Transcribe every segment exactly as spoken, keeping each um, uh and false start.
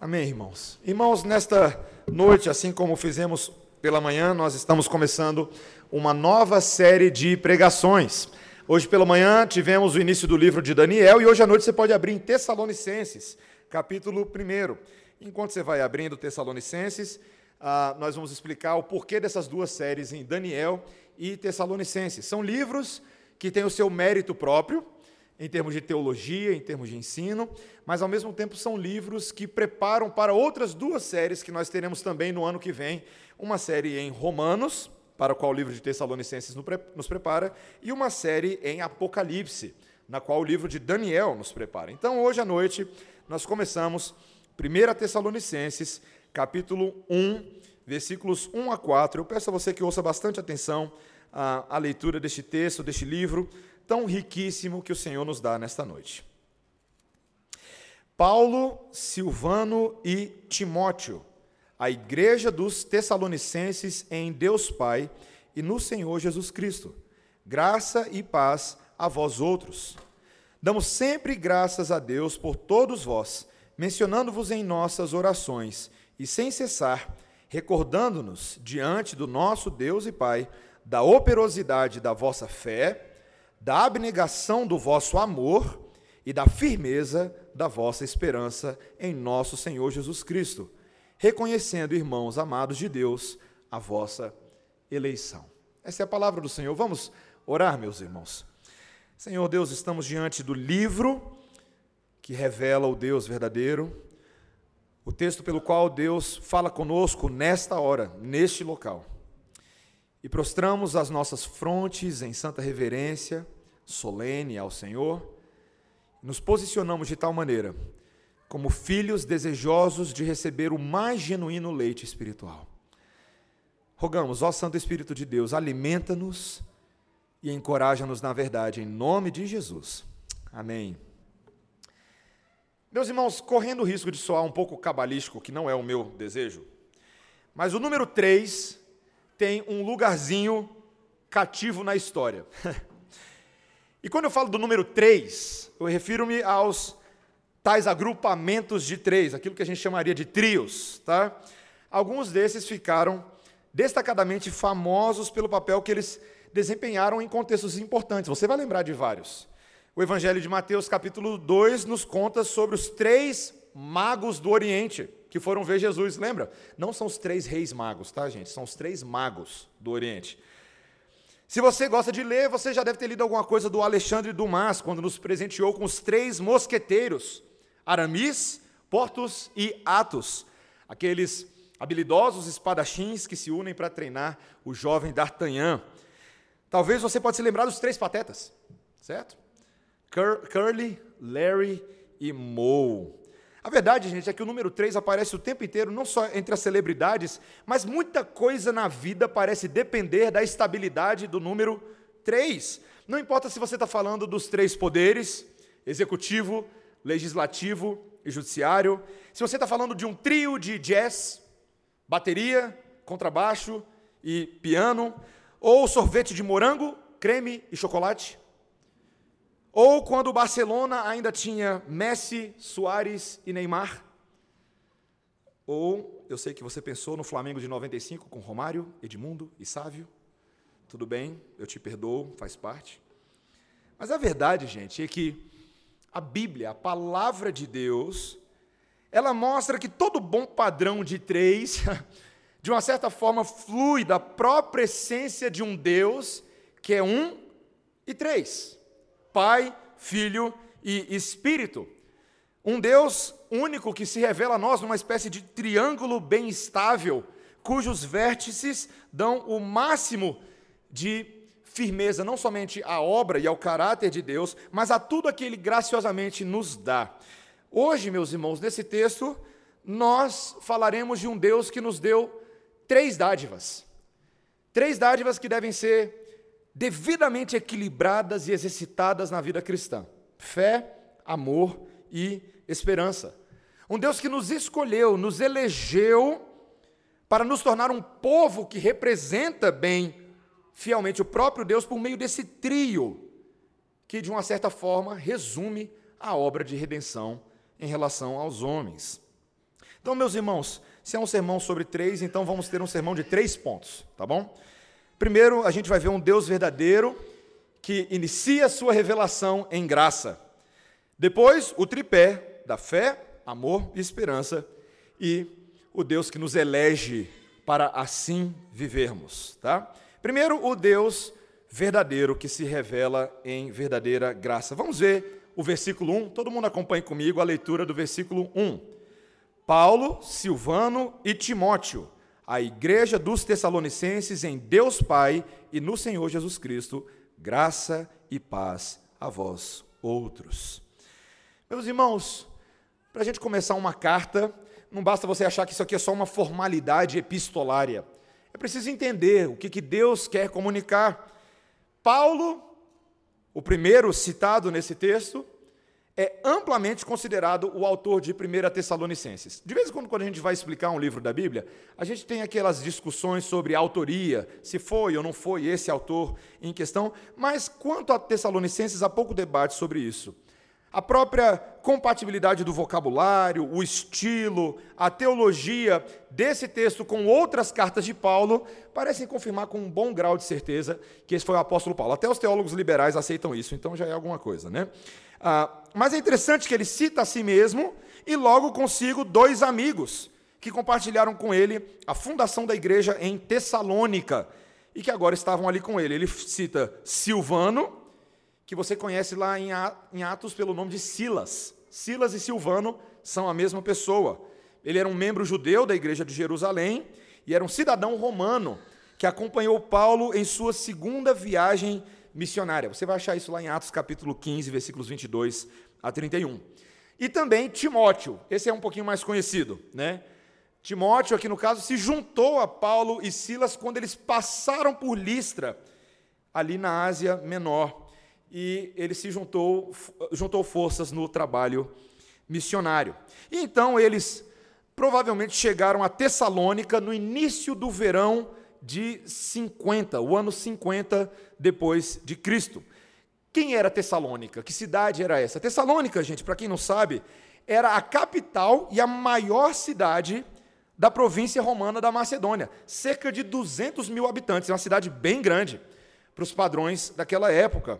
Amém, irmãos. Irmãos, nesta noite, assim como fizemos pela manhã, nós estamos começando uma nova série de pregações. Hoje pela manhã tivemos o início do livro de Daniel e hoje à noite você pode abrir em Tessalonicenses, capítulo primeiro. Enquanto você vai abrindo Tessalonicenses, ah, nós vamos explicar o porquê dessas duas séries em Daniel e Tessalonicenses. São livros que têm o seu mérito próprio, em termos de teologia, em termos de ensino, mas ao mesmo tempo são livros que preparam para outras duas séries que nós teremos também no ano que vem, uma série em Romanos, para a qual o livro de Tessalonicenses nos prepara, e uma série em Apocalipse, na qual o livro de Daniel nos prepara. Então, hoje à noite, nós começamos primeira Tessalonicenses, capítulo um, versículos um a quatro. Eu peço a você que ouça bastante atenção à, à leitura deste texto, deste livro, tão riquíssimo que o Senhor nos dá nesta noite. Paulo, Silvano e Timóteo, a igreja dos Tessalonicenses em Deus Pai e no Senhor Jesus Cristo. Graça e paz a vós outros. Damos sempre graças a Deus por todos vós, mencionando-vos em nossas orações, e sem cessar, recordando-nos diante do nosso Deus e Pai, da operosidade da vossa fé, da abnegação do vosso amor e da firmeza da vossa esperança em nosso Senhor Jesus Cristo, reconhecendo, irmãos amados de Deus, a vossa eleição. Essa é a palavra do Senhor. Vamos orar, meus irmãos. Senhor Deus, estamos diante do livro que revela o Deus verdadeiro, o texto pelo qual Deus fala conosco nesta hora, neste local. E prostramos as nossas frontes em santa reverência, solene ao Senhor, nos posicionamos de tal maneira, como filhos desejosos de receber o mais genuíno leite espiritual. Rogamos, ó Santo Espírito de Deus, alimenta-nos e encoraja-nos na verdade, em nome de Jesus. Amém. Meus irmãos, correndo o risco de soar um pouco cabalístico, que não é o meu desejo, mas o número três tem um lugarzinho cativo na história. E quando eu falo do número três, eu refiro-me aos tais agrupamentos de três, aquilo que a gente chamaria de trios, tá? Alguns desses ficaram destacadamente famosos pelo papel que eles desempenharam em contextos importantes. Você vai lembrar de vários. O Evangelho de Mateus, capítulo dois, nos conta sobre os três magos do Oriente, que foram ver Jesus, lembra? Não são os três reis magos, tá, gente? São os três magos do Oriente. Se você gosta de ler, você já deve ter lido alguma coisa do Alexandre Dumas, quando nos presenteou com os três mosqueteiros, Aramis, Portos e Athos, aqueles habilidosos espadachins que se unem para treinar o jovem D'Artagnan. Talvez você pode se lembrar dos três patetas, certo? Cur- Curly, Larry e Moe. A verdade, gente, é que o número três aparece o tempo inteiro, não só entre as celebridades, mas muita coisa na vida parece depender da estabilidade do número três. Não importa se você está falando dos três poderes, executivo, legislativo e judiciário, se você está falando de um trio de jazz, bateria, contrabaixo e piano, ou sorvete de morango, creme e chocolate, ou quando o Barcelona ainda tinha Messi, Suárez e Neymar. Ou, eu sei que você pensou no Flamengo de noventa e cinco com Romário, Edmundo e Sávio. Tudo bem, eu te perdoo, faz parte. Mas a verdade, gente, é que a Bíblia, a palavra de Deus, ela mostra que todo bom padrão de três, de uma certa forma, flui da própria essência de um Deus que é um e três. Pai, Filho e Espírito. Um Deus único que se revela a nós numa espécie de triângulo bem estável, cujos vértices dão o máximo de firmeza, não somente à obra e ao caráter de Deus, mas a tudo aquilo que Ele graciosamente nos dá. Hoje, meus irmãos, nesse texto, nós falaremos de um Deus que nos deu três dádivas. Três dádivas que devem ser devidamente equilibradas e exercitadas na vida cristã: fé, amor e esperança. Um Deus que nos escolheu, nos elegeu para nos tornar um povo que representa bem, fielmente, o próprio Deus por meio desse trio, que de uma certa forma resume a obra de redenção em relação aos homens. Então, meus irmãos, se é um sermão sobre três, então vamos ter um sermão de três pontos, tá bom? Primeiro, a gente vai ver um Deus verdadeiro que inicia a sua revelação em graça. Depois, o tripé da fé, amor e esperança, e o Deus que nos elege para assim vivermos, tá? Primeiro, o Deus verdadeiro que se revela em verdadeira graça. Vamos ver o versículo um, todo mundo acompanhe comigo a leitura do versículo um. Paulo, Silvano e Timóteo, a igreja dos Tessalonicenses em Deus Pai e no Senhor Jesus Cristo, graça e paz a vós outros. Meus irmãos, para a gente começar uma carta, não basta você achar que isso aqui é só uma formalidade epistolária. É preciso entender o que, que Deus quer comunicar. Paulo, o primeiro citado nesse texto, é amplamente considerado o autor de primeira Tessalonicenses. De vez em quando, quando a gente vai explicar um livro da Bíblia, a gente tem aquelas discussões sobre autoria, se foi ou não foi esse autor em questão, mas quanto a Tessalonicenses, há pouco debate sobre isso. A própria compatibilidade do vocabulário, o estilo, a teologia desse texto com outras cartas de Paulo parecem confirmar com um bom grau de certeza que esse foi o apóstolo Paulo. Até os teólogos liberais aceitam isso, então já é alguma coisa, né? Ah, mas é interessante que ele cita a si mesmo e logo consigo dois amigos que compartilharam com ele a fundação da igreja em Tessalônica e que agora estavam ali com ele. Ele cita Silvano, que você conhece lá em Atos pelo nome de Silas. Silas e Silvano são a mesma pessoa. Ele era um membro judeu da igreja de Jerusalém e era um cidadão romano que acompanhou Paulo em sua segunda viagem missionária. Você vai achar isso lá em Atos capítulo quinze, versículos vinte e dois a trinta e um. E também Timóteo, esse é um pouquinho mais conhecido, né? Timóteo, aqui no caso, se juntou a Paulo e Silas quando eles passaram por Listra, ali na Ásia Menor. E ele se juntou, juntou forças no trabalho missionário. E então eles provavelmente chegaram a Tessalônica no início do verão de cinquenta, o ano cinquenta depois de Cristo. Quem era Tessalônica? Que cidade era essa? Tessalônica, gente, para quem não sabe, era a capital e a maior cidade da província romana da Macedônia. Cerca de duzentos mil habitantes, é uma cidade bem grande para os padrões daquela época.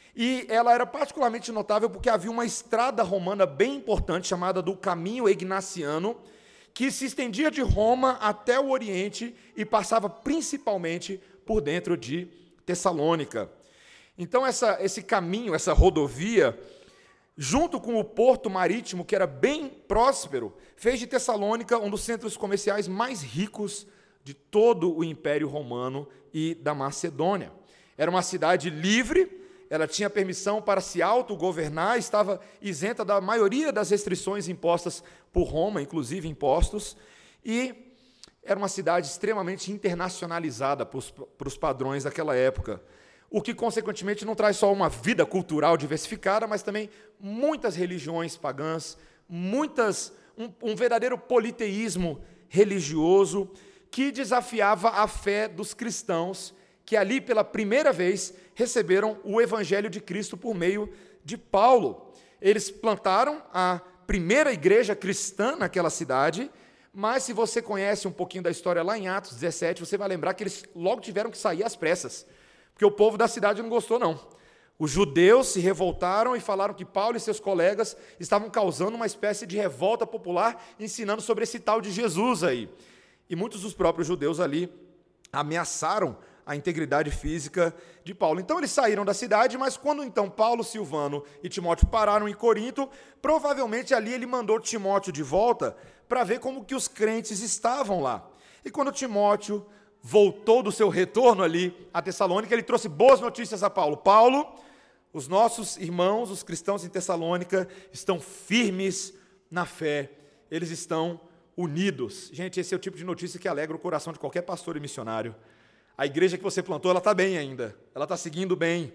E ela era particularmente notável porque havia uma estrada romana bem importante, chamada do Caminho Ignaciano, que se estendia de Roma até o Oriente e passava principalmente por dentro de Tessalônica. Então, essa, esse caminho, essa rodovia, junto com o porto marítimo, que era bem próspero, fez de Tessalônica um dos centros comerciais mais ricos de todo o Império Romano e da Macedônia. Era uma cidade livre, ela tinha permissão para se autogovernar, estava isenta da maioria das restrições impostas por Roma, inclusive impostos, e era uma cidade extremamente internacionalizada para os, para os padrões daquela época, o que, consequentemente, não traz só uma vida cultural diversificada, mas também muitas religiões pagãs, muitas, um, um verdadeiro politeísmo religioso que desafiava a fé dos cristãos, que ali, pela primeira vez, receberam o Evangelho de Cristo por meio de Paulo. Eles plantaram a primeira igreja cristã naquela cidade, mas se você conhece um pouquinho da história lá em Atos dezessete, você vai lembrar que eles logo tiveram que sair às pressas, porque o povo da cidade não gostou, não. Os judeus se revoltaram e falaram que Paulo e seus colegas estavam causando uma espécie de revolta popular, ensinando sobre esse tal de Jesus aí. E muitos dos próprios judeus ali ameaçaram a integridade física de Paulo. Então eles saíram da cidade, mas quando então Paulo, Silvano e Timóteo pararam em Corinto, provavelmente ali ele mandou Timóteo de volta para ver como que os crentes estavam lá. E quando Timóteo voltou do seu retorno ali a Tessalônica, ele trouxe boas notícias a Paulo. Paulo, os nossos irmãos, os cristãos em Tessalônica, estão firmes na fé, eles estão unidos. Gente, esse é o tipo de notícia que alegra o coração de qualquer pastor e missionário. A igreja que você plantou, ela está bem ainda, ela está seguindo bem.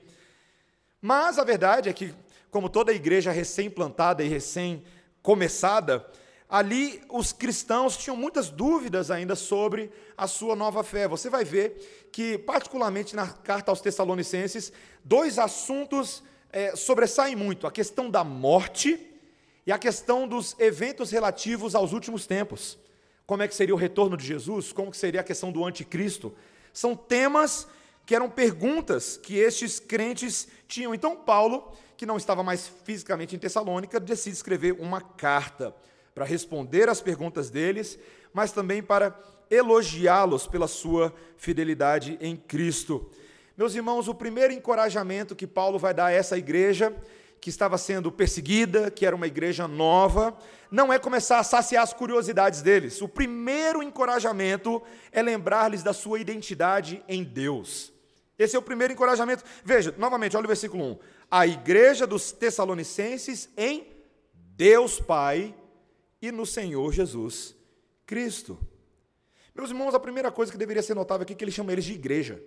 Mas a verdade é que, como toda igreja recém-plantada e recém-começada, ali os cristãos tinham muitas dúvidas ainda sobre a sua nova fé. Você vai ver que, particularmente na carta aos Tessalonicenses, dois assuntos é, sobressaem muito: a questão da morte e e a questão dos eventos relativos aos últimos tempos. Como é que seria o retorno de Jesus? Como que seria a questão do anticristo? São temas que eram perguntas que estes crentes tinham. Então Paulo, que não estava mais fisicamente em Tessalônica, decide escrever uma carta para responder às perguntas deles, mas também para elogiá-los pela sua fidelidade em Cristo. Meus irmãos, o primeiro encorajamento que Paulo vai dar a essa igreja, que estava sendo perseguida, que era uma igreja nova, não é começar a saciar as curiosidades deles. O primeiro encorajamento é lembrar-lhes da sua identidade em Deus. Esse é o primeiro encorajamento. Veja, novamente, olha o versículo um. A igreja dos Tessalonicenses em Deus Pai e no Senhor Jesus Cristo. Meus irmãos, a primeira coisa que deveria ser notável aqui é que ele chama eles de igreja.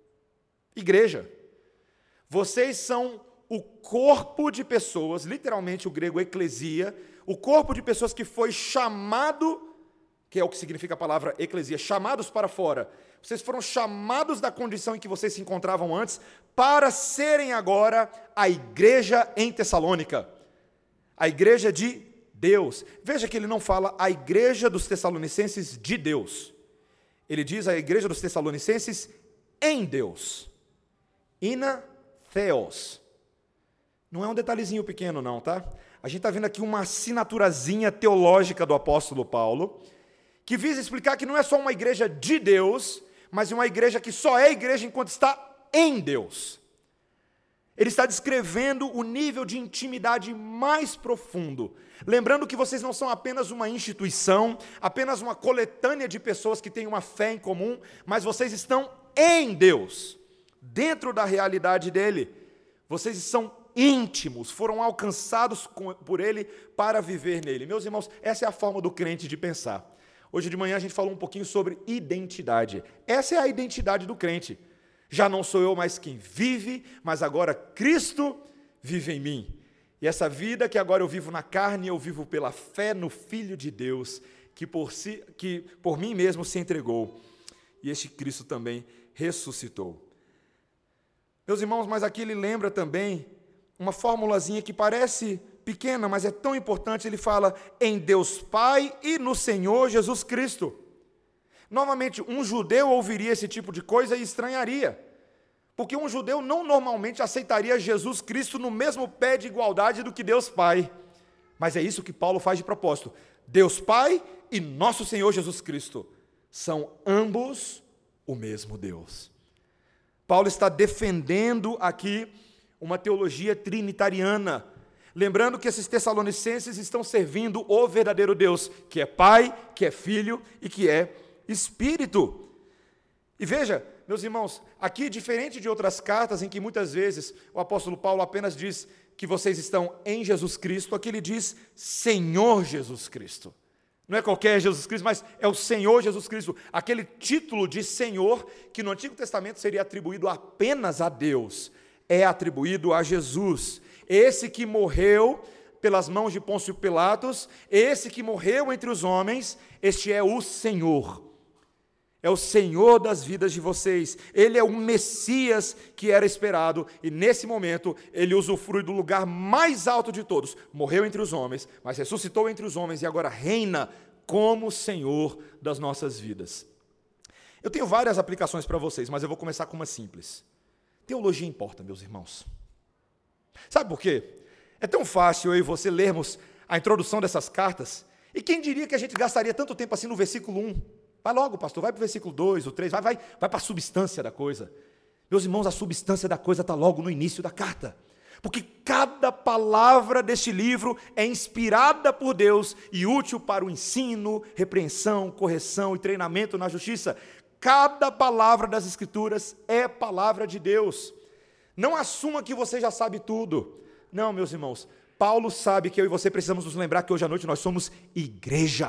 Igreja. Vocês são o corpo de pessoas, literalmente o grego eclesia, o corpo de pessoas que foi chamado, que é o que significa a palavra eclesia, chamados para fora. Vocês foram chamados da condição em que vocês se encontravam antes para serem agora a igreja em Tessalônica, a igreja de Deus. Veja que ele não fala a igreja dos Tessalonicenses de Deus. Ele diz a igreja dos Tessalonicenses em Deus. Ina Theos. Não é um detalhezinho pequeno não, tá? A gente está vendo aqui uma assinaturazinha teológica do apóstolo Paulo, que visa explicar que não é só uma igreja de Deus, mas uma igreja que só é igreja enquanto está em Deus. Ele está descrevendo o nível de intimidade mais profundo. Lembrando que vocês não são apenas uma instituição, apenas uma coletânea de pessoas que têm uma fé em comum, mas vocês estão em Deus, dentro da realidade dele. Vocês são íntimos, foram alcançados por ele para viver nele. Meus irmãos, essa é a forma do crente de pensar. Hoje de manhã a gente falou um pouquinho sobre identidade. Essa é a identidade do crente. Já não sou eu mais quem vive, mas agora Cristo vive em mim. E essa vida que agora eu vivo na carne, eu vivo pela fé no Filho de Deus, que por, si, que por mim mesmo se entregou. E este Cristo também ressuscitou. Meus irmãos, mas aqui ele lembra também uma formulazinha que parece pequena, mas é tão importante. Ele fala em Deus Pai e no Senhor Jesus Cristo. Novamente, um judeu ouviria esse tipo de coisa e estranharia, porque um judeu não normalmente aceitaria Jesus Cristo no mesmo pé de igualdade do que Deus Pai. Mas é isso que Paulo faz de propósito. Deus Pai e nosso Senhor Jesus Cristo são ambos o mesmo Deus. Paulo está defendendo aqui uma teologia trinitariana, lembrando que esses tessalonicenses estão servindo o verdadeiro Deus, que é Pai, que é Filho e que é Espírito. E veja, meus irmãos, aqui, diferente de outras cartas em que muitas vezes o apóstolo Paulo apenas diz que vocês estão em Jesus Cristo, aqui ele diz Senhor Jesus Cristo. Não é qualquer Jesus Cristo, mas é o Senhor Jesus Cristo, aquele título de Senhor que no Antigo Testamento seria atribuído apenas a Deus, é atribuído a Jesus, esse que morreu pelas mãos de Pôncio Pilatos, esse que morreu entre os homens, este é o Senhor. É o Senhor das vidas de vocês. Ele é o Messias que era esperado. E nesse momento, ele usufrui do lugar mais alto de todos. Morreu entre os homens, mas ressuscitou entre os homens e agora reina como Senhor das nossas vidas. Eu tenho várias aplicações para vocês, mas eu vou começar com uma simples. Teologia importa, meus irmãos. Sabe por quê? É tão fácil eu e você lermos a introdução dessas cartas, e quem diria que a gente gastaria tanto tempo assim no versículo um? Vai logo, pastor, vai para o versículo dois, o três, vai, vai, vai para a substância da coisa. Meus irmãos, a substância da coisa está logo no início da carta. Porque cada palavra deste livro é inspirada por Deus e útil para o ensino, repreensão, correção e treinamento na justiça. Cada palavra das Escrituras é palavra de Deus. Não assuma que você já sabe tudo. Não, meus irmãos, Paulo sabe que eu e você precisamos nos lembrar que hoje à noite nós somos igreja.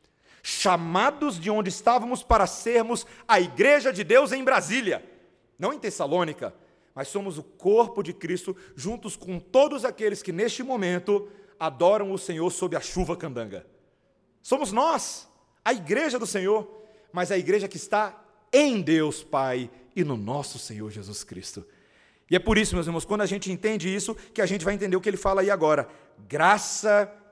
Chamados de onde estávamos para sermos a igreja de Deus em Brasília, não em Tessalônica, mas somos o corpo de Cristo, juntos com todos aqueles que neste momento adoram o Senhor sob a chuva candanga. Somos nós, a igreja do Senhor, mas a igreja que está em Deus Pai e no nosso Senhor Jesus Cristo. E é por isso, meus irmãos, quando a gente entende isso, que a gente vai entender o que ele fala aí agora. Graça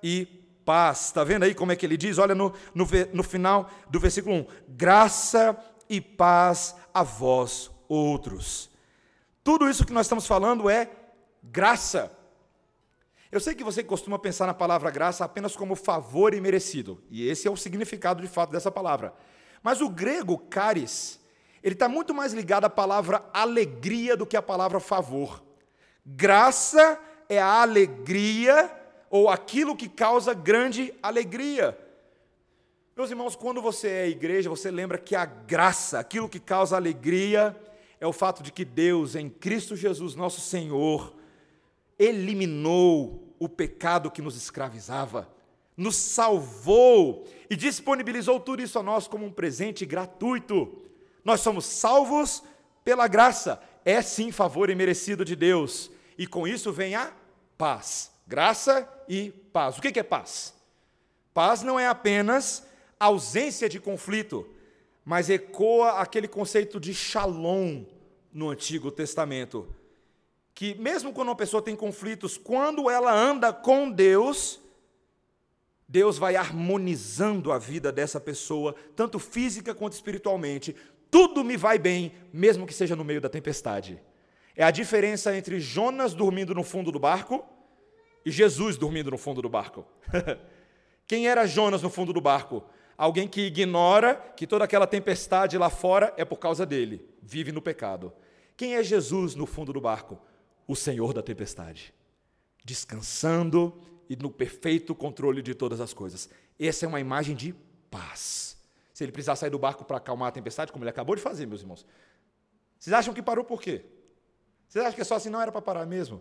e paz. Está vendo aí como é que ele diz? Olha no, no, no final do versículo um. Graça e paz a vós outros. Tudo isso que nós estamos falando é graça. Eu sei que você costuma pensar na palavra graça apenas como favor imerecido, e esse é o significado de fato dessa palavra. Mas o grego charis, ele está muito mais ligado à palavra alegria do que à palavra favor. Graça é a alegria, ou aquilo que causa grande alegria. Meus irmãos, quando você é igreja, você lembra que a graça, aquilo que causa alegria, é o fato de que Deus, em Cristo Jesus, nosso Senhor, eliminou o pecado que nos escravizava, nos salvou e disponibilizou tudo isso a nós como um presente gratuito. Nós somos salvos pela graça. É sim favor imerecido de Deus. E com isso vem a paz. Graça e paz. O que é paz? Paz não é apenas ausência de conflito, mas ecoa aquele conceito de shalom no Antigo Testamento. Que mesmo quando uma pessoa tem conflitos, quando ela anda com Deus, Deus vai harmonizando a vida dessa pessoa, tanto física quanto espiritualmente. Tudo me vai bem, mesmo que seja no meio da tempestade. É a diferença entre Jonas dormindo no fundo do barco e Jesus dormindo no fundo do barco. Quem era Jonas no fundo do barco? Alguém que ignora que toda aquela tempestade lá fora é por causa dele, vive no pecado. Quem é Jesus no fundo do barco? O Senhor da tempestade, descansando e no perfeito controle de todas as coisas. Essa é uma imagem de paz. Se ele precisar sair do barco para acalmar a tempestade, como ele acabou de fazer, meus irmãos. Vocês acham que parou por quê? Vocês acham que é só assim? Não era para parar mesmo?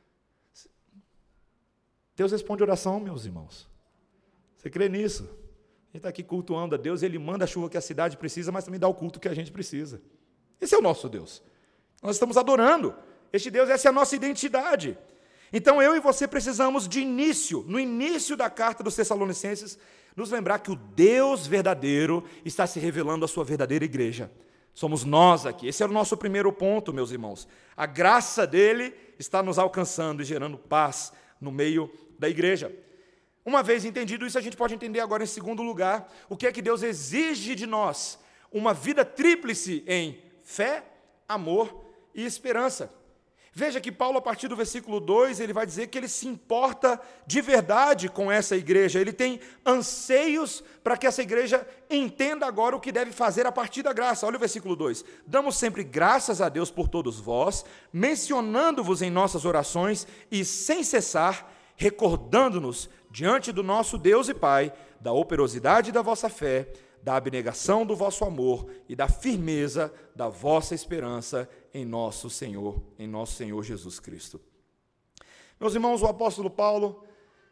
Deus responde oração, meus irmãos. Você crê nisso? A gente está aqui cultuando a Deus, Ele manda a chuva que a cidade precisa, mas também dá o culto que a gente precisa. Esse é o nosso Deus. Nós estamos adorando. Este Deus, essa é a nossa identidade. Então, eu e você precisamos de início, no início da carta dos Tessalonicenses, nos lembrar que o Deus verdadeiro está se revelando à sua verdadeira igreja. Somos nós aqui. Esse é o nosso primeiro ponto, meus irmãos. A graça dele está nos alcançando e gerando paz no meio da igreja. Uma vez entendido isso, a gente pode entender agora, em segundo lugar, o que é que Deus exige de nós. Uma vida tríplice em fé, amor e esperança. Veja que Paulo, a partir do versículo dois, ele vai dizer que ele se importa de verdade com essa igreja. Ele tem anseios para que essa igreja entenda agora o que deve fazer a partir da graça. Olha o versículo dois. Damos sempre graças a Deus por todos vós, mencionando-vos em nossas orações e, sem cessar, recordando-nos diante do nosso Deus e Pai da operosidade da vossa fé, da abnegação do vosso amor e da firmeza da vossa esperança em nosso Senhor, em nosso Senhor Jesus Cristo. Meus irmãos, o apóstolo Paulo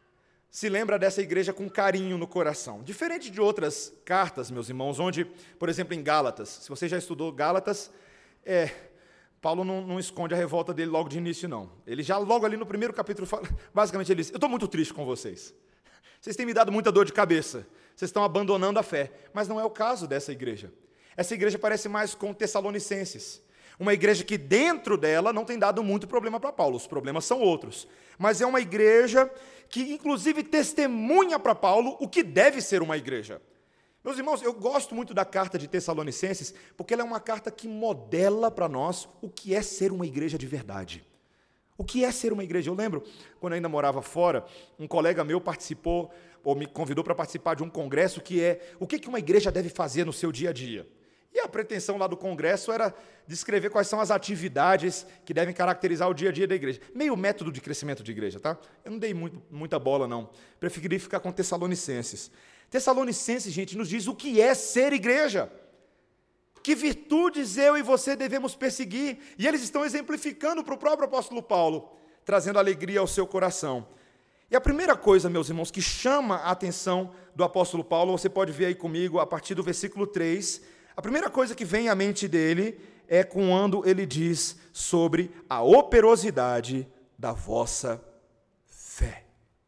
se lembra dessa igreja com carinho no coração. Diferente de outras cartas, meus irmãos, onde, por exemplo, em Gálatas, se você já estudou Gálatas, é, Paulo não, não esconde a revolta dele logo de início, não. Ele já logo ali no primeiro capítulo, fala, basicamente ele diz, eu estou muito triste com vocês. Vocês têm me dado muita dor de cabeça. Vocês estão abandonando a fé. Mas não é o caso dessa igreja. Essa igreja parece mais com Tessalonicenses. Uma igreja que dentro dela não tem dado muito problema para Paulo. Os problemas são outros. Mas é uma igreja que, inclusive, testemunha para Paulo o que deve ser uma igreja. Meus irmãos, eu gosto muito da carta de Tessalonicenses, porque ela é uma carta que modela para nós o que é ser uma igreja de verdade. O que é ser uma igreja? Eu lembro, quando eu ainda morava fora, um colega meu participou, ou me convidou para participar de um congresso que é o que uma igreja deve fazer no seu dia a dia. E a pretensão lá do congresso era descrever quais são as atividades que devem caracterizar o dia a dia da igreja. Meio método de crescimento de igreja, tá? Eu não dei muito, muita bola, não. Preferi ficar com Tessalonicenses. Tessalonicenses, gente, nos diz o que é ser igreja. Que virtudes eu e você devemos perseguir. E eles estão exemplificando para o próprio apóstolo Paulo, trazendo alegria ao seu coração. E a primeira coisa, meus irmãos, que chama a atenção do apóstolo Paulo, você pode ver aí comigo, a partir do versículo três, a primeira coisa que vem à mente dele é quando ele diz sobre a operosidade da vossa fé.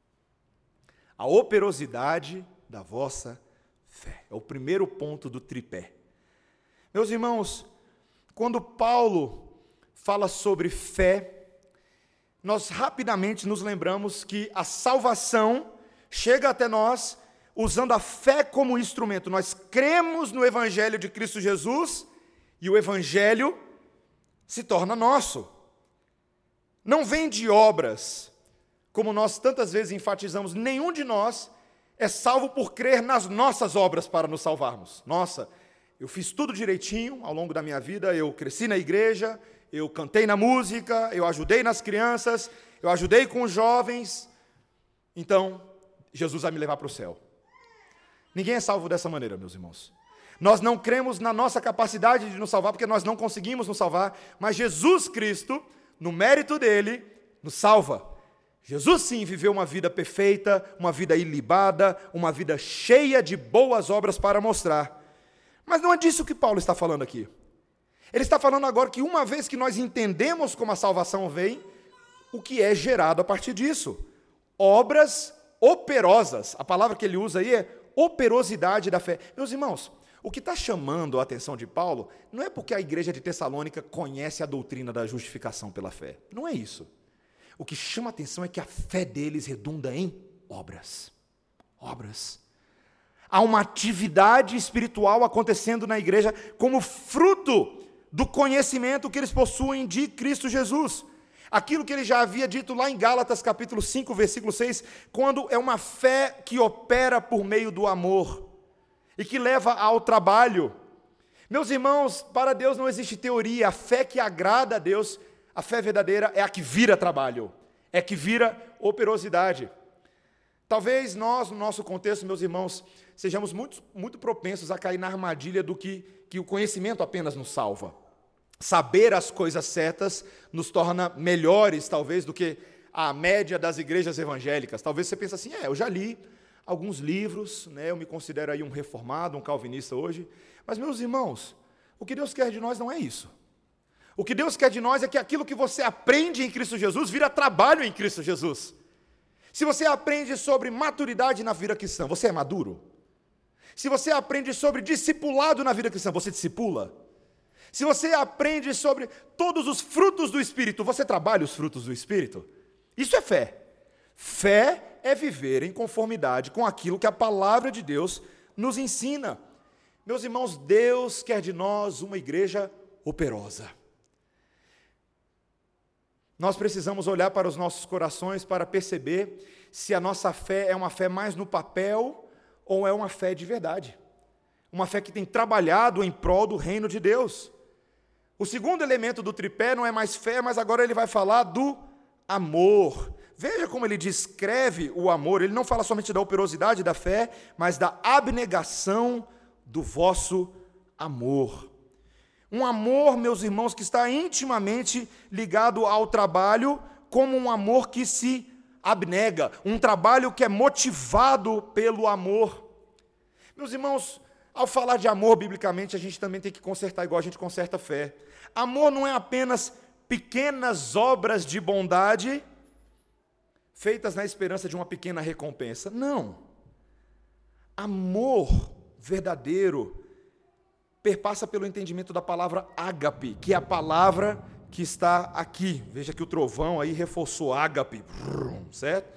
A operosidade da vossa fé. É o primeiro ponto do tripé. Meus irmãos, quando Paulo fala sobre fé, nós rapidamente nos lembramos que a salvação chega até nós usando a fé como instrumento. Nós cremos no Evangelho de Cristo Jesus e o Evangelho se torna nosso. Não vem de obras, como nós tantas vezes enfatizamos, nenhum de nós é salvo por crer nas nossas obras para nos salvarmos. Nossa, eu fiz tudo direitinho ao longo da minha vida, eu cresci na igreja, eu cantei na música, eu ajudei nas crianças, eu ajudei com os jovens, então Jesus vai me levar para o céu. Ninguém é salvo dessa maneira, meus irmãos. Nós não cremos na nossa capacidade de nos salvar, porque nós não conseguimos nos salvar, mas Jesus Cristo, no mérito dele, nos salva. Jesus sim viveu uma vida perfeita, uma vida ilibada, uma vida cheia de boas obras para mostrar. Mas não é disso que Paulo está falando aqui. Ele está falando agora que uma vez que nós entendemos como a salvação vem, o que é gerado a partir disso? Obras operosas. A palavra que ele usa aí é operosidade da fé. Meus irmãos, o que está chamando a atenção de Paulo não é porque a igreja de Tessalônica conhece a doutrina da justificação pela fé. Não é isso. O que chama a atenção é que a fé deles redunda em obras. Obras. Há uma atividade espiritual acontecendo na igreja como fruto do conhecimento que eles possuem de Cristo Jesus. Aquilo que ele já havia dito lá em Gálatas capítulo cinco, versículo seis, quando é uma fé que opera por meio do amor e que leva ao trabalho. Meus irmãos, para Deus não existe teoria. A fé que agrada a Deus, a fé verdadeira, é a que vira trabalho, é a que vira operosidade. Talvez nós, no nosso contexto, meus irmãos, sejamos muito, muito propensos a cair na armadilha do que, que o conhecimento apenas nos salva. Saber as coisas certas nos torna melhores, talvez, do que a média das igrejas evangélicas. Talvez você pense assim, é, eu já li alguns livros, né, eu me considero aí um reformado, um calvinista hoje, mas, meus irmãos, o que Deus quer de nós não é isso. O que Deus quer de nós é que aquilo que você aprende em Cristo Jesus vira trabalho em Cristo Jesus. Se você aprende sobre maturidade na vida cristã, você é maduro? Se você aprende sobre discipulado na vida cristã, você discipula? Se você aprende sobre todos os frutos do Espírito, você trabalha os frutos do Espírito? Isso é fé. Fé é viver em conformidade com aquilo que a palavra de Deus nos ensina. Meus irmãos, Deus quer de nós uma igreja operosa. Nós precisamos olhar para os nossos corações para perceber se a nossa fé é uma fé mais no papel ou é uma fé de verdade. Uma fé que tem trabalhado em prol do reino de Deus. O segundo elemento do tripé não é mais fé, mas agora ele vai falar do amor. Veja como ele descreve o amor. Ele não fala somente da operosidade da fé, mas da abnegação do vosso amor. Um amor, meus irmãos, que está intimamente ligado ao trabalho, como um amor que se abnega, um trabalho que é motivado pelo amor. Meus irmãos, ao falar de amor, biblicamente, a gente também tem que consertar igual a gente conserta a fé. Amor não é apenas pequenas obras de bondade feitas na esperança de uma pequena recompensa. Não. Amor verdadeiro perpassa pelo entendimento da palavra ágape, que é a palavra que está aqui. Veja que o trovão aí reforçou ágape, certo?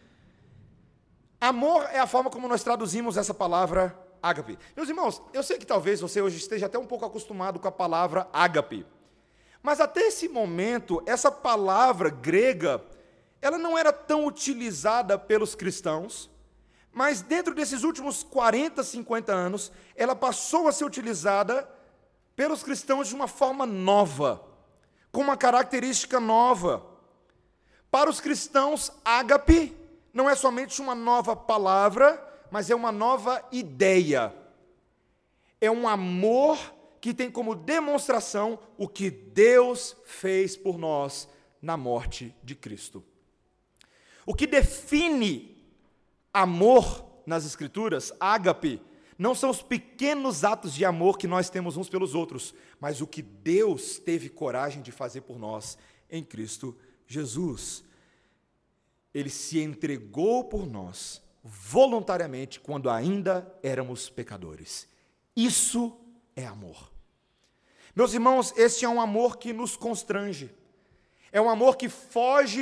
Amor é a forma como nós traduzimos essa palavra ágape. Meus irmãos, eu sei que talvez você hoje esteja até um pouco acostumado com a palavra ágape, mas até esse momento, essa palavra grega, ela não era tão utilizada pelos cristãos, mas dentro desses últimos quarenta, cinquenta anos, ela passou a ser utilizada pelos cristãos de uma forma nova, com uma característica nova. Para os cristãos, ágape não é somente uma nova palavra, mas é uma nova ideia. É um amor que tem como demonstração o que Deus fez por nós na morte de Cristo. O que define amor nas Escrituras, ágape, não são os pequenos atos de amor que nós temos uns pelos outros, mas o que Deus teve coragem de fazer por nós em Cristo Jesus. Ele se entregou por nós voluntariamente quando ainda éramos pecadores. Isso é amor. Meus irmãos, este é um amor que nos constrange. É um amor que foge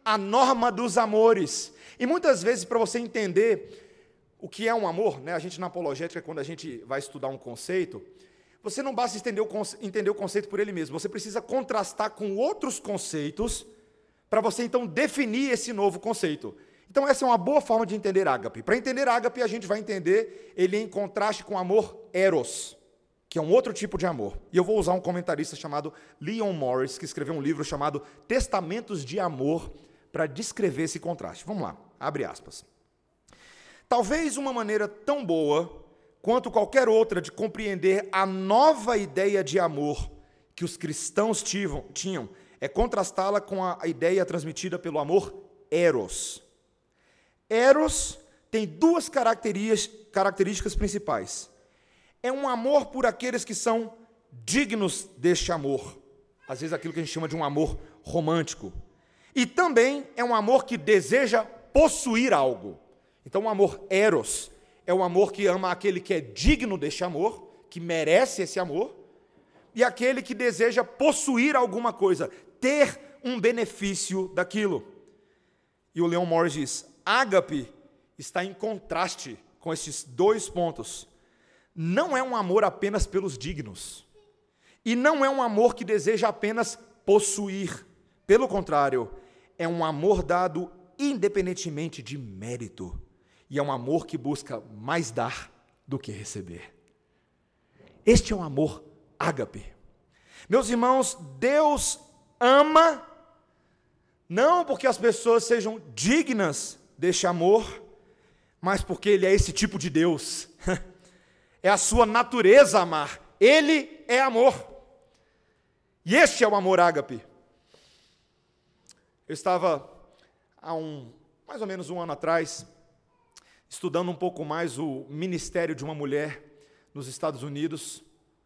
a norma dos amores. E muitas vezes, para você entender o que é um amor, né, a gente na apologética, quando a gente vai estudar um conceito, você não basta entender o, conce- entender o conceito por ele mesmo, você precisa contrastar com outros conceitos para você então definir esse novo conceito. Então essa é uma boa forma de entender ágape. Para entender ágape, a gente vai entender ele em contraste com o amor eros, que é um outro tipo de amor. E eu vou usar um comentarista chamado Leon Morris, que escreveu um livro chamado Testamentos de Amor, para descrever esse contraste. Vamos lá, abre aspas. Talvez uma maneira tão boa quanto qualquer outra de compreender a nova ideia de amor que os cristãos tivam, tinham é contrastá-la com a ideia transmitida pelo amor eros. Eros tem duas características principais. É um amor por aqueles que são dignos deste amor. Às vezes aquilo que a gente chama de um amor romântico. E também é um amor que deseja possuir algo. Então o amor eros é o amor que ama aquele que é digno deste amor, que merece esse amor, e aquele que deseja possuir alguma coisa, ter um benefício daquilo. E o Leon Morris diz, ágape está em contraste com esses dois pontos. Não é um amor apenas pelos dignos. E não é um amor que deseja apenas possuir. Pelo contrário, é um amor dado independentemente de mérito. E é um amor que busca mais dar do que receber. Este é um amor ágape. Meus irmãos, Deus ama, não porque as pessoas sejam dignas deste amor, mas porque Ele é esse tipo de Deus. É a sua natureza amar. Ele é amor. E este é o amor ágape. Eu estava, há um, mais ou menos um ano atrás, estudando um pouco mais o ministério de uma mulher nos Estados Unidos,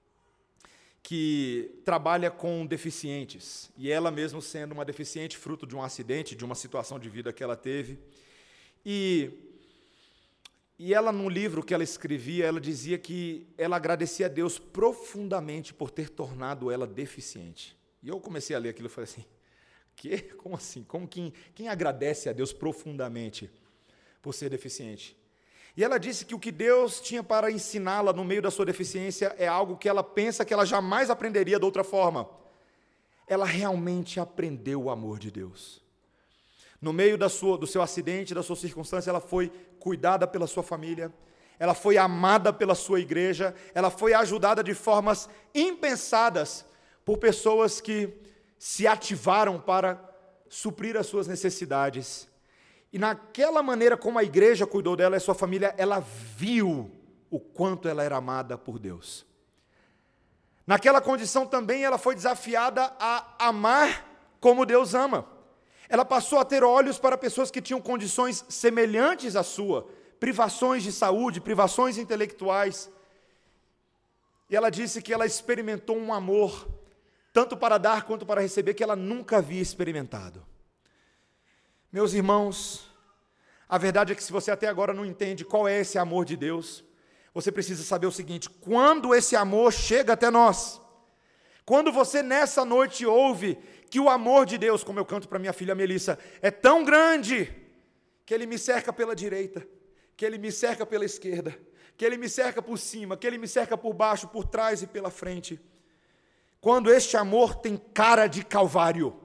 que trabalha com deficientes. E ela mesmo sendo uma deficiente, fruto de um acidente, de uma situação de vida que ela teve. E... E ela, num livro que ela escrevia, ela dizia que ela agradecia a Deus profundamente por ter tornado ela deficiente. E eu comecei a ler aquilo e falei assim, que? Como assim? Como quem, quem agradece a Deus profundamente por ser deficiente? E ela disse que o que Deus tinha para ensiná-la no meio da sua deficiência é algo que ela pensa que ela jamais aprenderia de outra forma. Ela realmente aprendeu o amor de Deus. No meio da sua, do seu acidente, da sua circunstância, ela foi cuidada pela sua família, ela foi amada pela sua igreja, ela foi ajudada de formas impensadas por pessoas que se ativaram para suprir as suas necessidades. E naquela maneira como a igreja cuidou dela e a sua família, ela viu o quanto ela era amada por Deus. Naquela condição também ela foi desafiada a amar como Deus ama. Ela passou a ter olhos para pessoas que tinham condições semelhantes à sua, privações de saúde, privações intelectuais. E ela disse que ela experimentou um amor, tanto para dar quanto para receber, que ela nunca havia experimentado. Meus irmãos, a verdade é que se você até agora não entende qual é esse amor de Deus, você precisa saber o seguinte, quando esse amor chega até nós, quando você nessa noite ouve que o amor de Deus, como eu canto para minha filha Melissa, é tão grande, que Ele me cerca pela direita, que Ele me cerca pela esquerda, que Ele me cerca por cima, que Ele me cerca por baixo, por trás e pela frente. Quando este amor tem cara de calvário,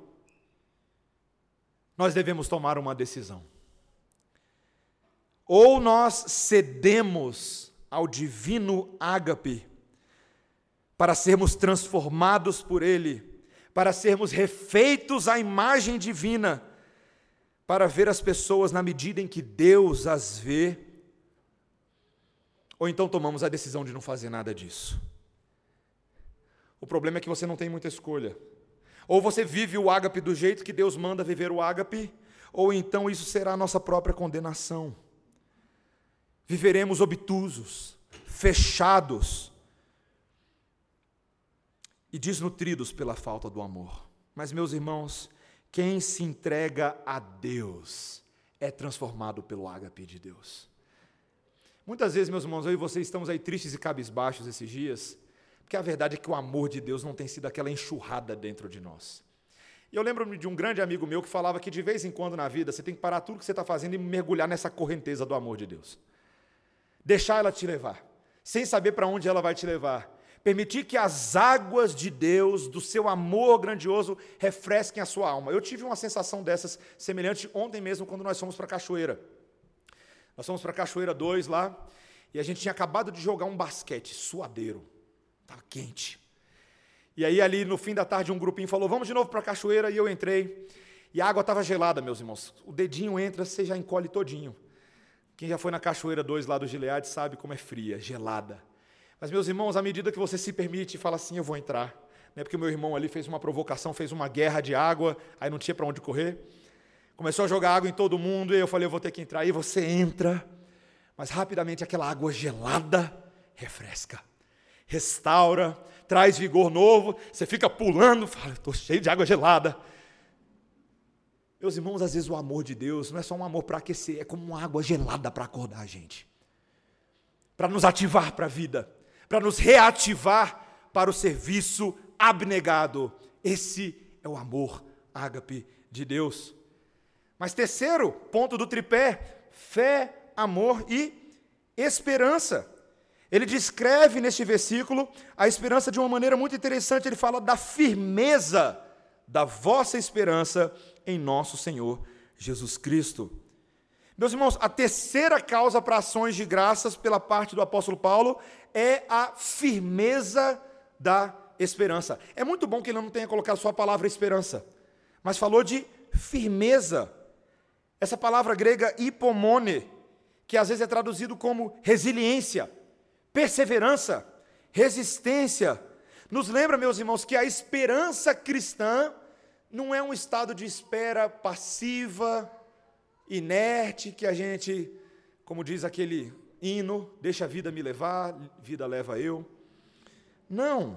nós devemos tomar uma decisão. Ou nós cedemos ao divino ágape, para sermos transformados por Ele, para sermos refeitos à imagem divina, para ver as pessoas na medida em que Deus as vê, ou então tomamos a decisão de não fazer nada disso. O problema é que você não tem muita escolha. Ou você vive o ágape do jeito que Deus manda viver o ágape, ou então isso será a nossa própria condenação. Viveremos obtusos, fechados, e desnutridos pela falta do amor. Mas, meus irmãos, quem se entrega a Deus é transformado pelo ágape de Deus. Muitas vezes, meus irmãos, eu e vocês estamos aí tristes e cabisbaixos esses dias, porque a verdade é que o amor de Deus não tem sido aquela enxurrada dentro de nós. E eu lembro-me de um grande amigo meu que falava que de vez em quando na vida você tem que parar tudo que você está fazendo e mergulhar nessa correnteza do amor de Deus. Deixar ela te levar, sem saber para onde ela vai te levar. Permitir que as águas de Deus, do seu amor grandioso, refresquem a sua alma. Eu tive uma sensação dessas semelhante ontem mesmo, quando nós fomos para a Cachoeira. Nós fomos para a Cachoeira dois lá, e a gente tinha acabado de jogar um basquete suadeiro. Estava quente. E aí, ali no fim da tarde, um grupinho falou, vamos de novo para a Cachoeira, e eu entrei. E a água estava gelada, meus irmãos. O dedinho entra, você já encolhe todinho. Quem já foi na Cachoeira dois lá do Gileade sabe como é fria, gelada. Mas, meus irmãos, à medida que você se permite e fala assim, eu vou entrar, né? Porque o meu irmão ali fez uma provocação, fez uma guerra de água, aí não tinha para onde correr. Começou a jogar água em todo mundo, e eu falei, eu vou ter que entrar. Aí você entra, mas rapidamente aquela água gelada refresca, restaura, traz vigor novo, você fica pulando, fala, estou cheio de água gelada. Meus irmãos, às vezes o amor de Deus não é só um amor para aquecer, é como uma água gelada para acordar a gente, para nos ativar para a vida, para nos reativar para o serviço abnegado. Esse é o amor ágape de Deus. Mas terceiro ponto do tripé, fé, amor e esperança. Ele descreve neste versículo a esperança de uma maneira muito interessante. Ele fala da firmeza da vossa esperança em nosso Senhor Jesus Cristo. Meus irmãos, a terceira causa para ações de graças pela parte do apóstolo Paulo é a firmeza da esperança. É muito bom que ele não tenha colocado só a palavra esperança, mas falou de firmeza. Essa palavra grega hipomone, que às vezes é traduzido como resiliência, perseverança, resistência, nos lembra, meus irmãos, que a esperança cristã não é um estado de espera passiva, inerte, que a gente, como diz aquele hino, deixa a vida me levar, vida leva eu. Não,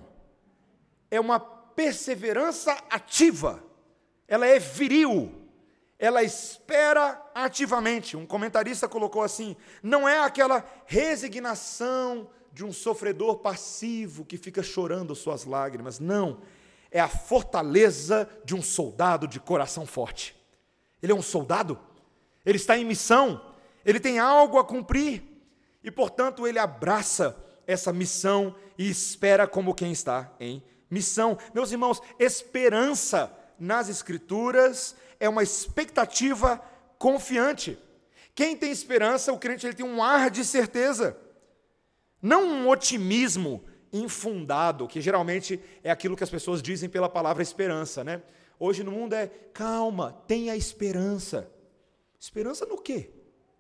é uma perseverança ativa, ela é viril, ela espera ativamente. Um comentarista colocou assim, não é aquela resignação de um sofredor passivo que fica chorando suas lágrimas, não, é a fortaleza de um soldado de coração forte. Ele é um soldado, ele está em missão, ele tem algo a cumprir, e portanto ele abraça essa missão e espera como quem está em missão. Meus irmãos, esperança nas Escrituras é uma expectativa confiante. Quem tem esperança, o crente ele tem um ar de certeza, não um otimismo infundado, que geralmente é aquilo que as pessoas dizem pela palavra esperança, né? Hoje no mundo é, calma, tenha esperança. Esperança no quê?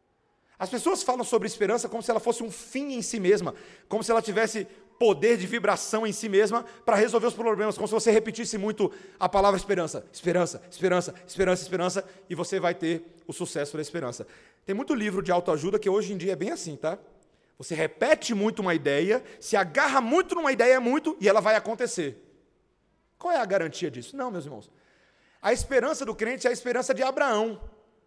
As pessoas falam sobre esperança como se ela fosse um fim em si mesma, como se ela tivesse poder de vibração em si mesma para resolver os problemas, como se você repetisse muito a palavra esperança, esperança, esperança, esperança, esperança, e você vai ter o sucesso da esperança. Tem muito livro de autoajuda que hoje em dia é bem assim, tá? Você repete muito uma ideia, se agarra muito numa ideia muito, e ela vai acontecer. Qual é a garantia disso? Não, meus irmãos. A esperança do crente é a esperança de Abraão,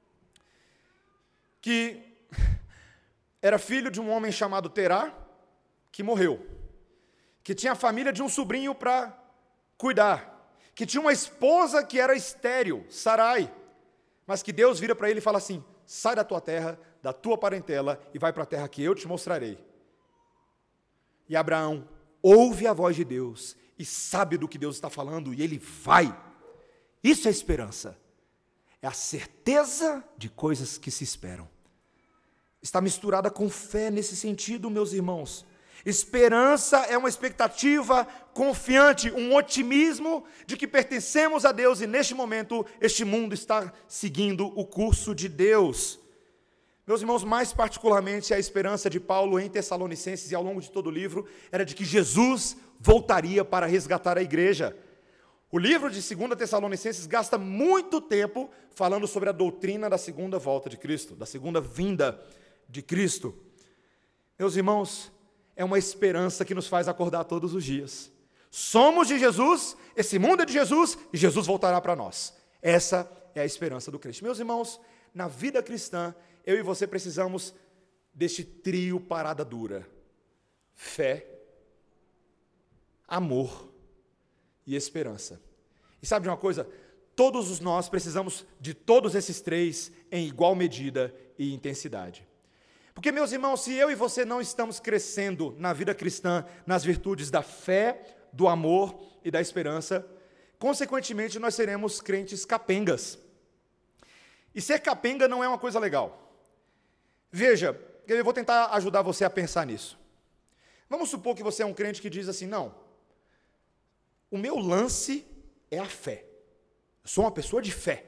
que era filho de um homem chamado Terá, que morreu, que tinha a família de um sobrinho para cuidar, que tinha uma esposa que era estéril, Sarai, mas que Deus vira para ele e fala assim, sai da tua terra, da tua parentela, e vai para a terra que eu te mostrarei. E Abraão ouve a voz de Deus, e sabe do que Deus está falando, e ele vai. Isso é esperança, é a certeza de coisas que se esperam. Está misturada com fé nesse sentido, meus irmãos. Esperança é uma expectativa confiante, um otimismo de que pertencemos a Deus e neste momento este mundo está seguindo o curso de Deus. Meus irmãos, mais particularmente a esperança de Paulo em Tessalonicenses e ao longo de todo o livro era de que Jesus voltaria para resgatar a igreja. O livro de segunda Tessalonicenses gasta muito tempo falando sobre a doutrina da segunda volta de Cristo, da segunda vinda de Cristo. Meus irmãos, é uma esperança que nos faz acordar todos os dias. Somos de Jesus, esse mundo é de Jesus, e Jesus voltará para nós. Essa é a esperança do crente. Meus irmãos, na vida cristã, eu e você precisamos deste trio parada dura. Fé, amor e esperança. E sabe de uma coisa? todos nós precisamos de todos esses três em igual medida e intensidade. Porque, meus irmãos, se eu e você não estamos crescendo na vida cristã, nas virtudes da fé, do amor e da esperança, consequentemente nós seremos crentes capengas. E ser capenga não é uma coisa legal. Veja, eu vou tentar ajudar você a pensar nisso. Vamos supor que você é um crente que diz assim, não, o meu lance é a fé. Eu sou uma pessoa de fé.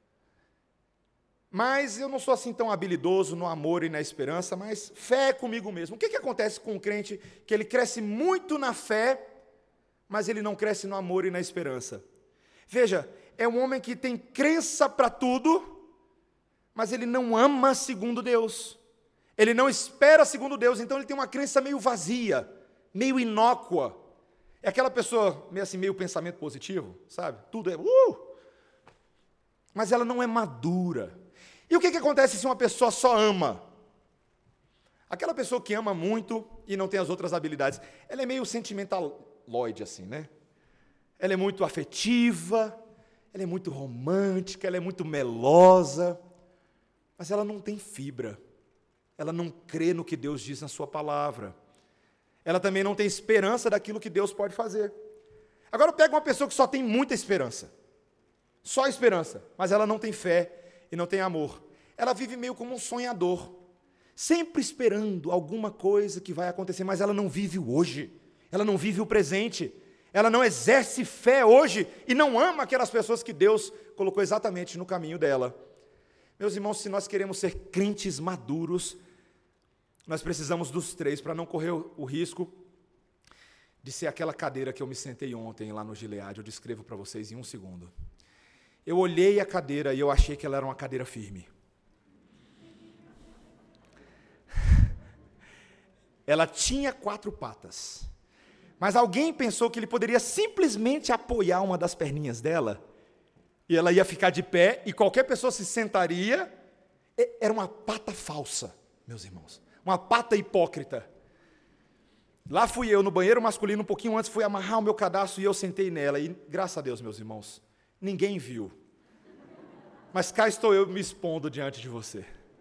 Mas eu não sou assim tão habilidoso no amor e na esperança, mas fé é comigo mesmo. O que, que acontece com um crente que ele cresce muito na fé, mas ele não cresce no amor e na esperança? Veja, é um homem que tem crença para tudo, mas ele não ama segundo Deus. Ele não espera segundo Deus, então ele tem uma crença meio vazia, meio inócua. É aquela pessoa meio assim, meio pensamento positivo, sabe? Tudo é... Uh! Mas ela não é madura. E o que, que acontece se uma pessoa só ama? Aquela pessoa que ama muito e não tem as outras habilidades, ela é meio sentimentaloide assim, né? Ela é muito afetiva, ela é muito romântica, ela é muito melosa, mas ela não tem fibra. Ela não crê no que Deus diz na sua palavra. Ela também não tem esperança daquilo que Deus pode fazer. Agora pega uma pessoa que só tem muita esperança. Só esperança, mas ela não tem fé e não tem amor. Ela vive meio como um sonhador, sempre esperando alguma coisa que vai acontecer, mas ela não vive o hoje, ela não vive o presente, ela não exerce fé hoje e não ama aquelas pessoas que Deus colocou exatamente no caminho dela. Meus irmãos, se nós queremos ser crentes maduros, nós precisamos dos três, para não correr o risco de ser aquela cadeira que eu me sentei ontem lá no Gileade. Eu descrevo para vocês em um segundo. Eu olhei a cadeira e eu achei que ela era uma cadeira firme. Ela tinha quatro patas, mas alguém pensou que ele poderia simplesmente apoiar uma das perninhas dela, e ela ia ficar de pé, e qualquer pessoa se sentaria. Era uma pata falsa, meus irmãos, uma pata hipócrita. Lá fui eu, no banheiro masculino, um pouquinho antes, fui amarrar o meu cadastro, e eu sentei nela, e graças a Deus, meus irmãos, ninguém viu. Mas cá estou eu me expondo diante de você.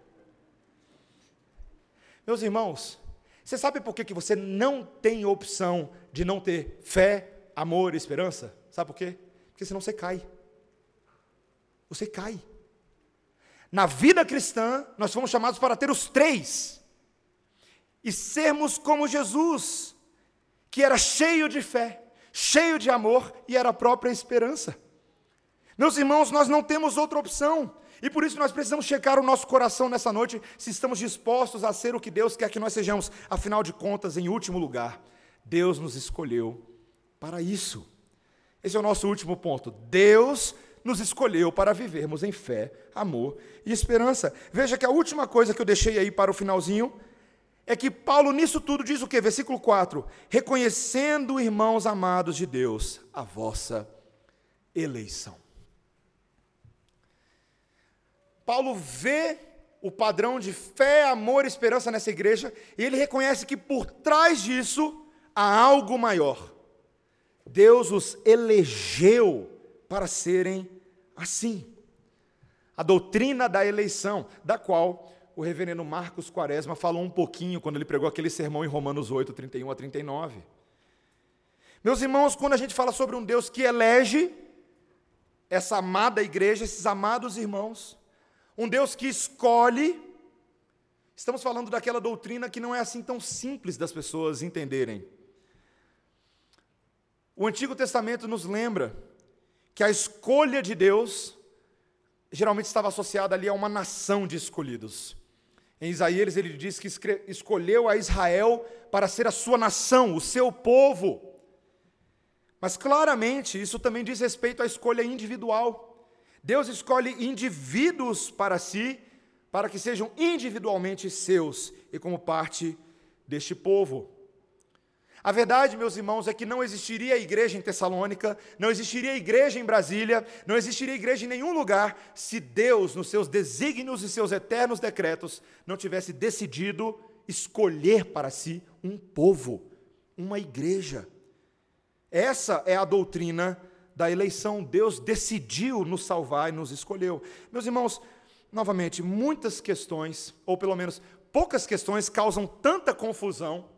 Meus irmãos, você sabe por que que você não tem opção de não ter fé, amor e esperança? Sabe por quê? Porque senão você cai. Você cai. Na vida cristã, nós fomos chamados para ter os três. E sermos como Jesus, que era cheio de fé, cheio de amor e era a própria esperança. Meus irmãos, nós não temos outra opção, e por isso nós precisamos checar o nosso coração nessa noite, se estamos dispostos a ser o que Deus quer que nós sejamos. Afinal de contas, em último lugar, Deus nos escolheu para isso. Esse é o nosso último ponto. Deus nos escolheu para vivermos em fé, amor e esperança. Veja que a última coisa que eu deixei aí para o finalzinho, é que Paulo nisso tudo diz o quê? Versículo quatro, reconhecendo, irmãos amados de Deus, a vossa eleição. Paulo vê o padrão de fé, amor e esperança nessa igreja, e ele reconhece que por trás disso há algo maior. Deus os elegeu para serem assim. A doutrina da eleição, da qual o reverendo Marcos Quaresma falou um pouquinho quando ele pregou aquele sermão em Romanos oito, trinta e um a trinta e nove. Meus irmãos, quando a gente fala sobre um Deus que elege essa amada igreja, esses amados irmãos, um Deus que escolhe, estamos falando daquela doutrina que não é assim tão simples das pessoas entenderem. O Antigo Testamento nos lembra que a escolha de Deus geralmente estava associada ali a uma nação de escolhidos. Em Isaías ele diz que escolheu a Israel para ser a sua nação, o seu povo. Mas claramente isso também diz respeito à escolha individual. Deus escolhe indivíduos para si, para que sejam individualmente seus e como parte deste povo. A verdade, meus irmãos, é que não existiria igreja em Tessalônica, não existiria igreja em Brasília, não existiria igreja em nenhum lugar, se Deus, nos seus desígnios e seus eternos decretos, não tivesse decidido escolher para si um povo, uma igreja. Essa é a doutrina da eleição. Deus decidiu nos salvar e nos escolheu. Meus irmãos, novamente, muitas questões, ou pelo menos poucas questões, causam tanta confusão,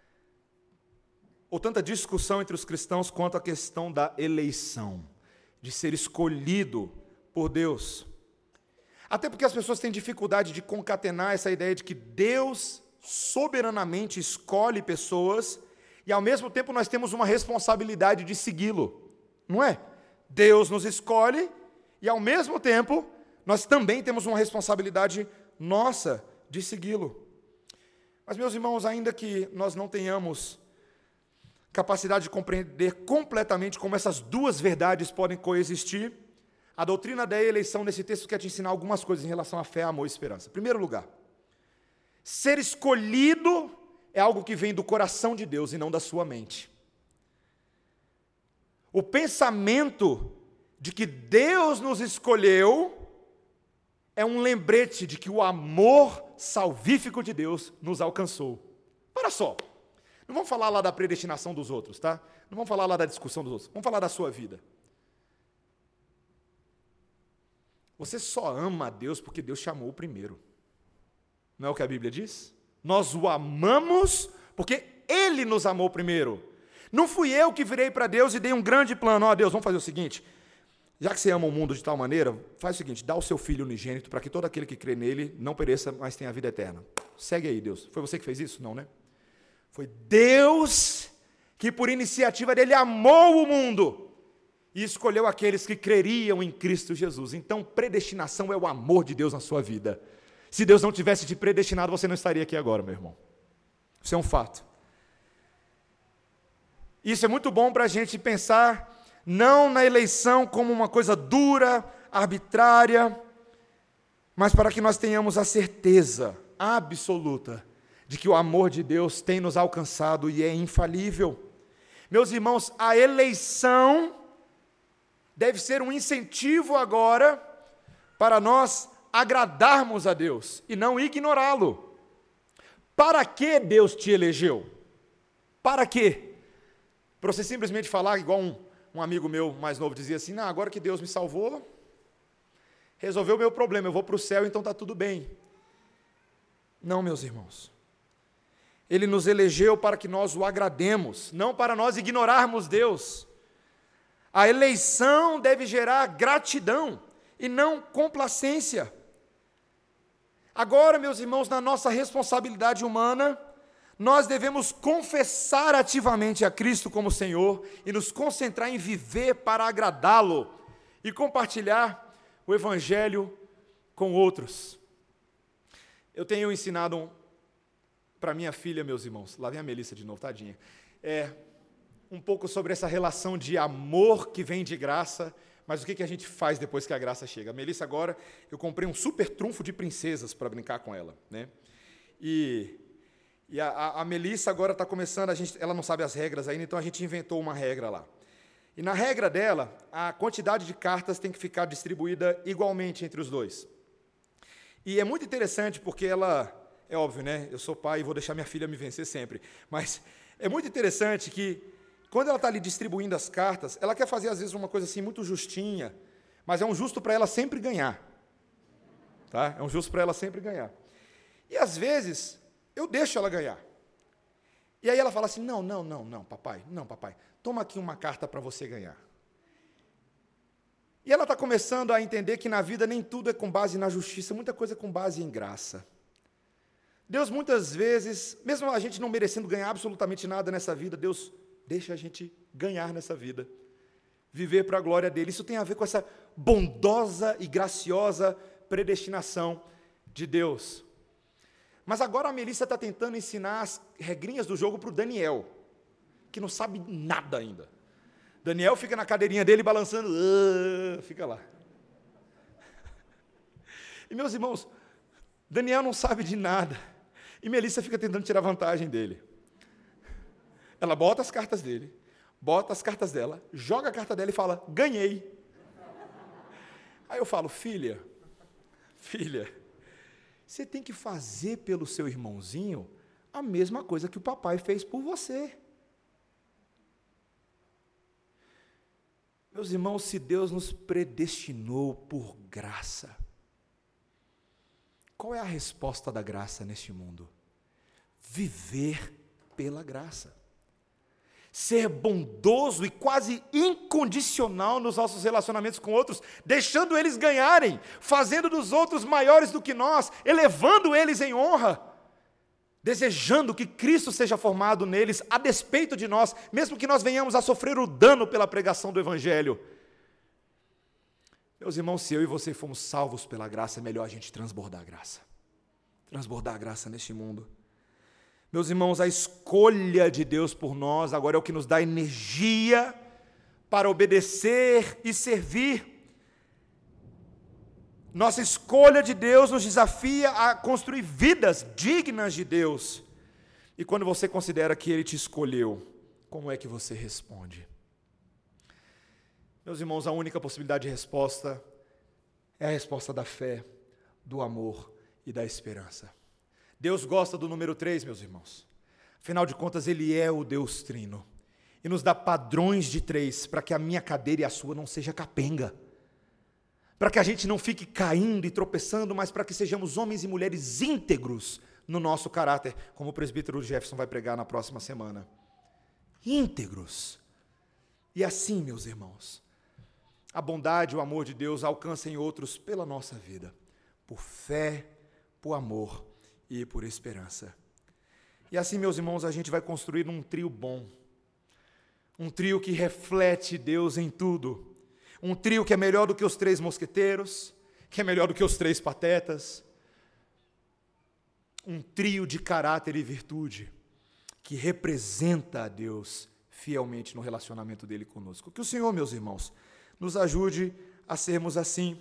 ou tanta discussão entre os cristãos quanto a questão da eleição, de ser escolhido por Deus. Até porque as pessoas têm dificuldade de concatenar essa ideia de que Deus soberanamente escolhe pessoas e, ao mesmo tempo, nós temos uma responsabilidade de segui-lo, não é? Deus nos escolhe e, ao mesmo tempo, nós também temos uma responsabilidade nossa de segui-lo. Mas, meus irmãos, ainda que nós não tenhamos capacidade de compreender completamente como essas duas verdades podem coexistir, a doutrina da eleição nesse texto quer te ensinar algumas coisas em relação à fé, amor e esperança. Em primeiro lugar, ser escolhido é algo que vem do coração de Deus e não da sua mente. O pensamento de que Deus nos escolheu é um lembrete de que o amor salvífico de Deus nos alcançou. Para só, não vamos falar lá da predestinação dos outros, tá? Não vamos falar lá da discussão dos outros, vamos falar da sua vida. Você só ama a Deus porque Deus chamou o primeiro. Não é o que a Bíblia diz? Nós o amamos porque Ele nos amou primeiro. Não fui eu que virei para Deus e dei um grande plano. Ó, Deus, vamos fazer o seguinte, já que você ama o mundo de tal maneira, faz o seguinte, dá o seu Filho unigênito para que todo aquele que crê nele não pereça, mas tenha a vida eterna. Segue aí, Deus. Foi você que fez isso? Não, né? Foi Deus que, por iniciativa dele, amou o mundo e escolheu aqueles que creriam em Cristo Jesus. Então, predestinação é o amor de Deus na sua vida. Se Deus não tivesse te predestinado, você não estaria aqui agora, meu irmão. Isso é um fato. Isso é muito bom para a gente pensar, não na eleição como uma coisa dura, arbitrária, mas para que nós tenhamos a certeza absoluta de que o amor de Deus tem nos alcançado e é infalível. Meus irmãos, a eleição deve ser um incentivo agora para nós agradarmos a Deus e não ignorá-lo. Para que Deus te elegeu? Para quê? Para você simplesmente falar, igual um, um amigo meu mais novo dizia assim, não, agora que Deus me salvou, resolveu o meu problema, eu vou para o céu, então está tudo bem. Não, meus irmãos. Ele nos elegeu para que nós o agrademos, não para nós ignorarmos Deus. A eleição deve gerar gratidão e não complacência. Agora, meus irmãos, na nossa responsabilidade humana, nós devemos confessar ativamente a Cristo como Senhor e nos concentrar em viver para agradá-lo e compartilhar o Evangelho com outros. Eu tenho ensinado um, para minha filha, meus irmãos, lá vem a Melissa de novo, tadinha, é, um pouco sobre essa relação de amor que vem de graça, mas o que, que a gente faz depois que a graça chega? A Melissa agora, eu comprei um super trunfo de princesas para brincar com ela, né? E, e a, a, a Melissa agora está começando, a gente, ela não sabe as regras ainda, então a gente inventou uma regra lá. E na regra dela, a quantidade de cartas tem que ficar distribuída igualmente entre os dois. E é muito interessante porque ela, é óbvio, né? Eu sou pai e vou deixar minha filha me vencer sempre, mas é muito interessante que quando ela está ali distribuindo as cartas, ela quer fazer, às vezes, uma coisa assim muito justinha, mas é um justo para ela sempre ganhar. Tá? É um justo para ela sempre ganhar. E, às vezes, eu deixo ela ganhar. E aí ela fala assim, não, não, não, não, papai, não, papai, toma aqui uma carta para você ganhar. E ela está começando a entender que na vida nem tudo é com base na justiça, muita coisa é com base em graça. Deus, muitas vezes, mesmo a gente não merecendo ganhar absolutamente nada nessa vida, Deus deixa a gente ganhar nessa vida, viver para a glória dele. Isso tem a ver com essa bondosa e graciosa predestinação de Deus. Mas agora a Melissa está tentando ensinar as regrinhas do jogo para o Daniel, que não sabe nada ainda. Daniel fica na cadeirinha dele balançando, uh, fica lá. E meus irmãos, Daniel não sabe de nada, e Melissa fica tentando tirar vantagem dele. Ela bota as cartas dele, bota as cartas dela, joga a carta dela e fala, ganhei. Aí eu falo, filha, filha, você tem que fazer pelo seu irmãozinho a mesma coisa que o papai fez por você. Meus irmãos, se Deus nos predestinou por graça, qual é a resposta da graça neste mundo? Viver pela graça. Ser bondoso e quase incondicional nos nossos relacionamentos com outros, deixando eles ganharem, fazendo dos outros maiores do que nós, elevando eles em honra, desejando que Cristo seja formado neles, a despeito de nós, mesmo que nós venhamos a sofrer o dano pela pregação do Evangelho. Meus irmãos, se eu e você fomos salvos pela graça, é melhor a gente transbordar a graça. Transbordar a graça neste mundo. Meus irmãos, a escolha de Deus por nós agora é o que nos dá energia para obedecer e servir. Nossa escolha de Deus nos desafia a construir vidas dignas de Deus. E quando você considera que Ele te escolheu, como é que você responde? Meus irmãos, a única possibilidade de resposta é a resposta da fé, do amor e da esperança. Deus gosta do número três, meus irmãos. Afinal de contas, Ele é o Deus Trino. E nos dá padrões de três, para que a minha cadeira e a sua não seja capenga. Para que a gente não fique caindo e tropeçando, mas para que sejamos homens e mulheres íntegros no nosso caráter, como o presbítero Jefferson vai pregar na próxima semana. Íntegros. E assim, meus irmãos, a bondade e o amor de Deus alcancem outros pela nossa vida, por fé, por amor e por esperança. E assim, meus irmãos, a gente vai construir um trio bom, um trio que reflete Deus em tudo, um trio que é melhor do que os três mosqueteiros, que é melhor do que os três patetas, um trio de caráter e virtude, que representa a Deus fielmente no relacionamento dele conosco. Que o Senhor, meus irmãos, nos ajude a sermos assim,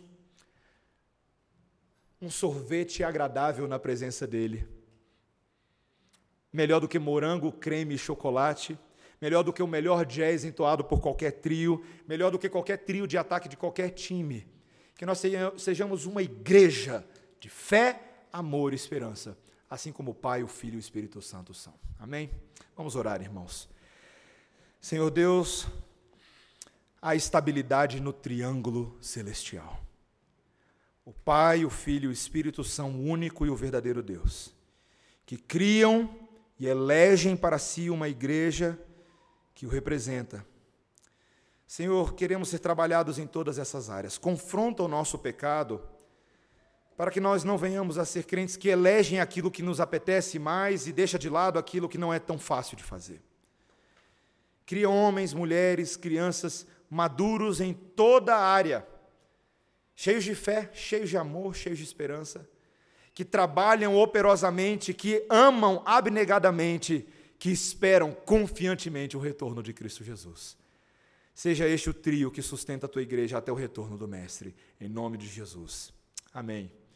um sorvete agradável na presença dele. Melhor do que morango, creme e chocolate, melhor do que o melhor jazz entoado por qualquer trio, melhor do que qualquer trio de ataque de qualquer time. Que nós sejamos uma igreja de fé, amor e esperança, assim como o Pai, o Filho e o Espírito Santo são. Amém? Vamos orar, irmãos. Senhor Deus, há estabilidade no triângulo celestial. O Pai, o Filho e o Espírito são o único e o verdadeiro Deus, que criam e elegem para si uma igreja que o representa. Senhor, queremos ser trabalhados em todas essas áreas. Confronta o nosso pecado, para que nós não venhamos a ser crentes que elegem aquilo que nos apetece mais e deixa de lado aquilo que não é tão fácil de fazer. Cria homens, mulheres, crianças maduros em toda a área, cheios de fé, cheios de amor, cheios de esperança, que trabalham operosamente, que amam abnegadamente, que esperam confiantemente o retorno de Cristo Jesus. Seja este o trio que sustenta a tua igreja até o retorno do Mestre, em nome de Jesus. Amém.